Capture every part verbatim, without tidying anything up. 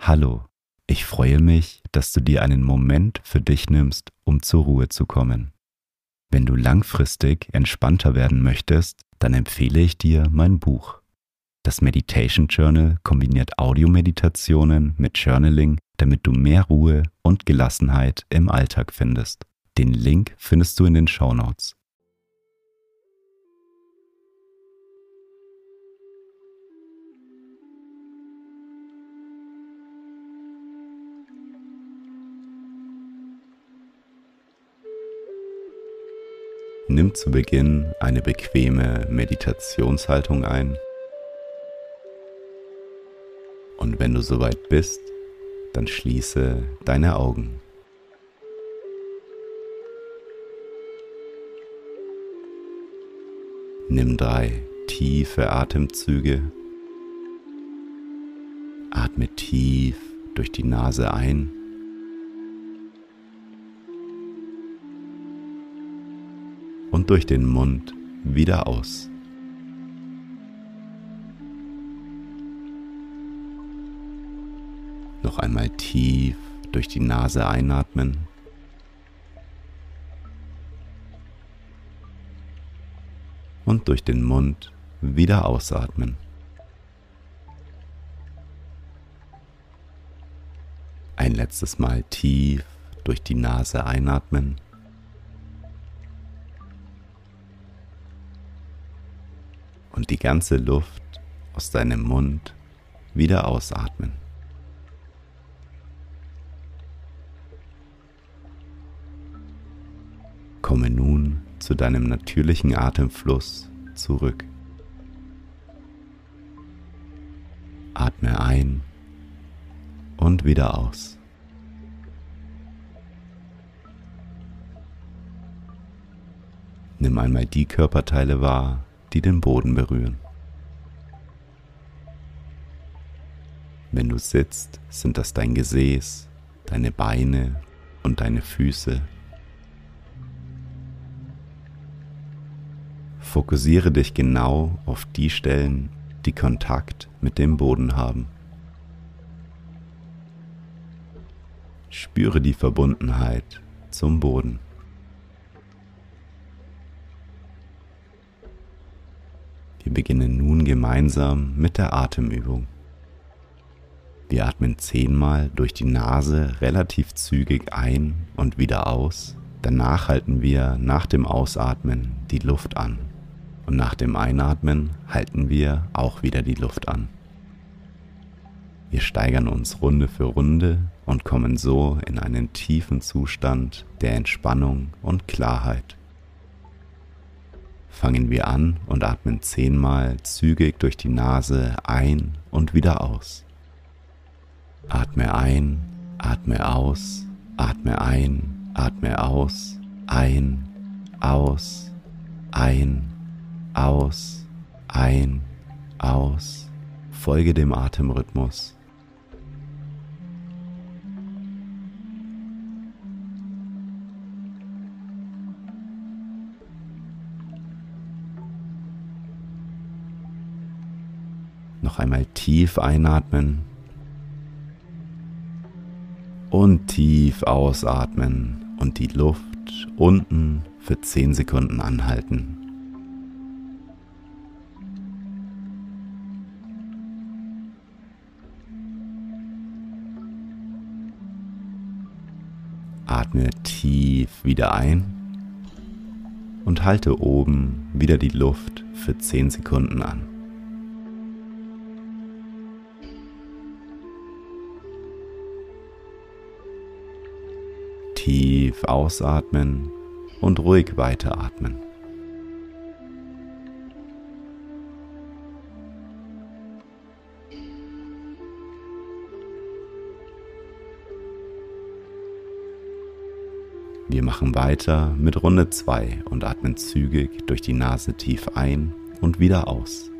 Hallo, ich freue mich, dass du dir einen Moment für dich nimmst, um zur Ruhe zu kommen. Wenn du langfristig entspannter werden möchtest, dann empfehle ich dir mein Buch. Das Meditation Journal kombiniert Audiomeditationen mit Journaling, damit du mehr Ruhe und Gelassenheit im Alltag findest. Den Link findest du in den Shownotes. Nimm zu Beginn eine bequeme Meditationshaltung ein und wenn du soweit bist, dann schließe deine Augen. Nimm drei tiefe Atemzüge, atme tief durch die Nase ein und durch den Mund wieder aus. Noch einmal tief durch die Nase einatmen und durch den Mund wieder ausatmen. Ein letztes Mal tief durch die Nase einatmen und die ganze Luft aus deinem Mund wieder ausatmen. Komme nun zu deinem natürlichen Atemfluss zurück. Atme ein und wieder aus. Nimm einmal die Körperteile wahr, die den Boden berühren. Wenn du sitzt, sind das dein Gesäß, deine Beine und deine Füße. Fokussiere dich genau auf die Stellen, die Kontakt mit dem Boden haben. Spüre die Verbundenheit zum Boden. Wir beginnen nun gemeinsam mit der Atemübung. Wir atmen zehnmal durch die Nase relativ zügig ein und wieder aus. Danach halten wir nach dem Ausatmen die Luft an. Und nach dem Einatmen halten wir auch wieder die Luft an. Wir steigern uns Runde für Runde und kommen so in einen tiefen Zustand der Entspannung und Klarheit. Fangen wir an und atmen zehnmal zügig durch die Nase ein und wieder aus. Atme ein, atme aus, atme ein, atme aus, ein, aus, ein, aus, ein, aus. Folge dem Atemrhythmus. Noch einmal tief einatmen und tief ausatmen und die Luft unten für zehn Sekunden anhalten. Atme tief wieder ein und halte oben wieder die Luft für zehn Sekunden an. Tief ausatmen und ruhig weiteratmen. Wir machen weiter mit Runde zwei und atmen zügig durch die Nase tief ein und wieder aus.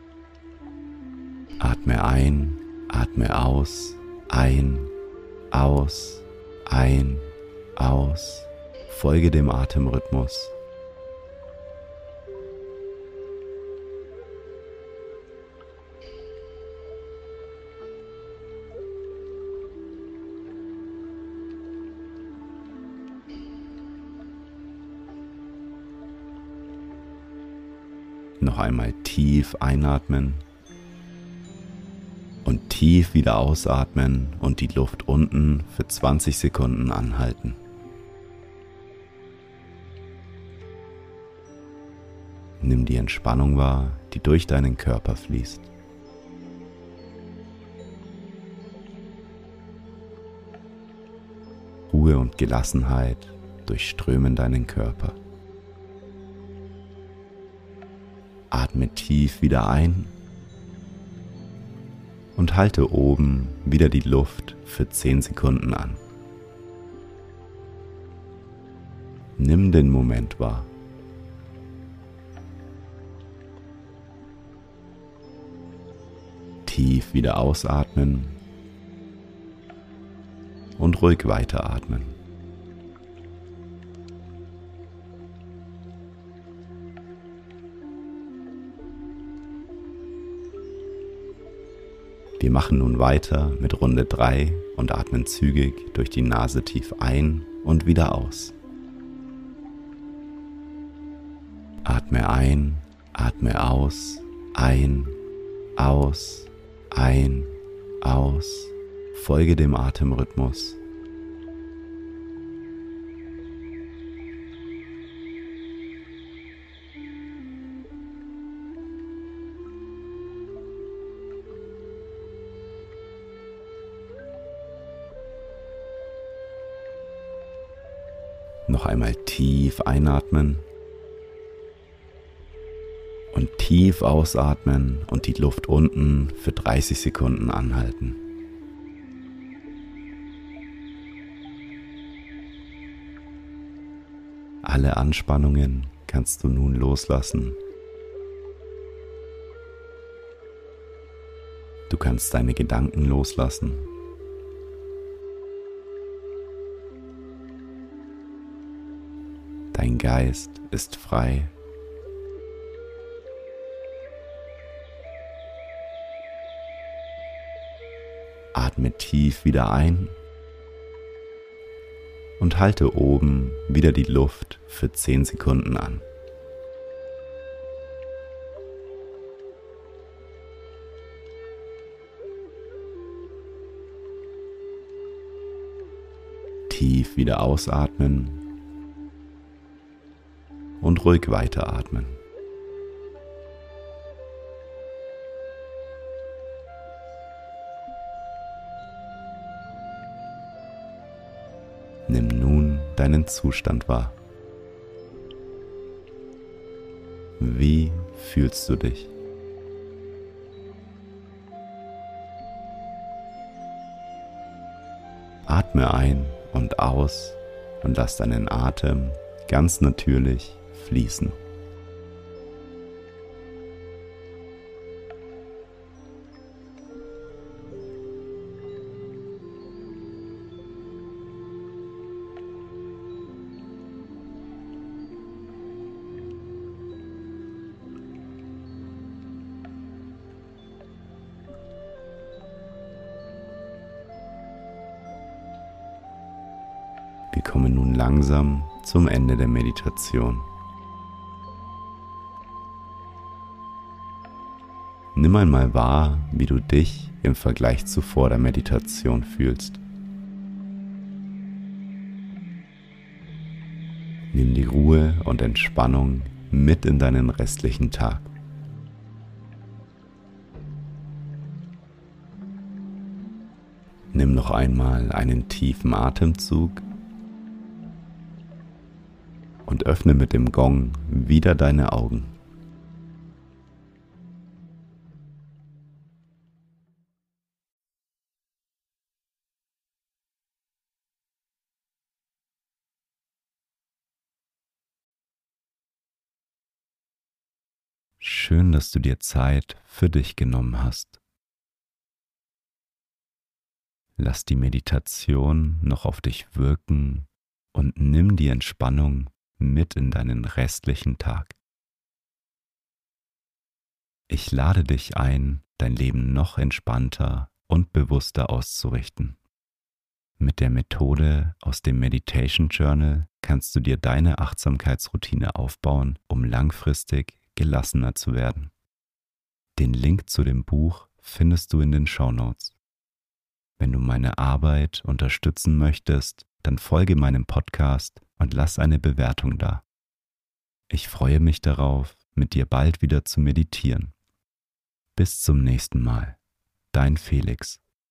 Atme ein, atme aus, ein, aus, ein, aus. Folge dem Atemrhythmus. Noch einmal tief einatmen und tief wieder ausatmen und die Luft unten für zwanzig Sekunden anhalten. Nimm die Entspannung wahr, die durch deinen Körper fließt. Ruhe und Gelassenheit durchströmen deinen Körper. Atme tief wieder ein und halte oben wieder die Luft für zehn Sekunden an. Nimm den Moment wahr. Tief wieder ausatmen und ruhig weiteratmen. Wir machen nun weiter mit Runde drei und atmen zügig durch die Nase tief ein und wieder aus. Atme ein, atme aus, ein, aus, ein, aus. Folge dem Atemrhythmus. Noch einmal tief einatmen und tief ausatmen und die Luft unten für dreißig Sekunden anhalten. Alle Anspannungen kannst du nun loslassen. Du kannst deine Gedanken loslassen. Dein Geist ist frei. Atme tief wieder ein und halte oben wieder die Luft für zehn Sekunden an. Tief wieder ausatmen und ruhig weiteratmen. Nimm nun deinen Zustand wahr. Wie fühlst du dich? Atme ein und aus und lass deinen Atem ganz natürlich fließen. Wir kommen nun langsam zum Ende der Meditation. Nimm einmal wahr, wie du dich im Vergleich zu vor der Meditation fühlst. Nimm die Ruhe und Entspannung mit in deinen restlichen Tag. Nimm noch einmal einen tiefen Atemzug und öffne mit dem Gong wieder deine Augen. Schön, dass du dir Zeit für dich genommen hast. Lass die Meditation noch auf dich wirken und nimm die Entspannung mit in deinen restlichen Tag. Ich lade dich ein, dein Leben noch entspannter und bewusster auszurichten. Mit der Methode aus dem Meditation Journal kannst du dir deine Achtsamkeitsroutine aufbauen, um langfristig gelassener zu werden. Den Link zu dem Buch findest du in den Shownotes. Wenn du meine Arbeit unterstützen möchtest, dann folge meinem Podcast und lass eine Bewertung da. Ich freue mich darauf, mit dir bald wieder zu meditieren. Bis zum nächsten Mal. Dein Felix.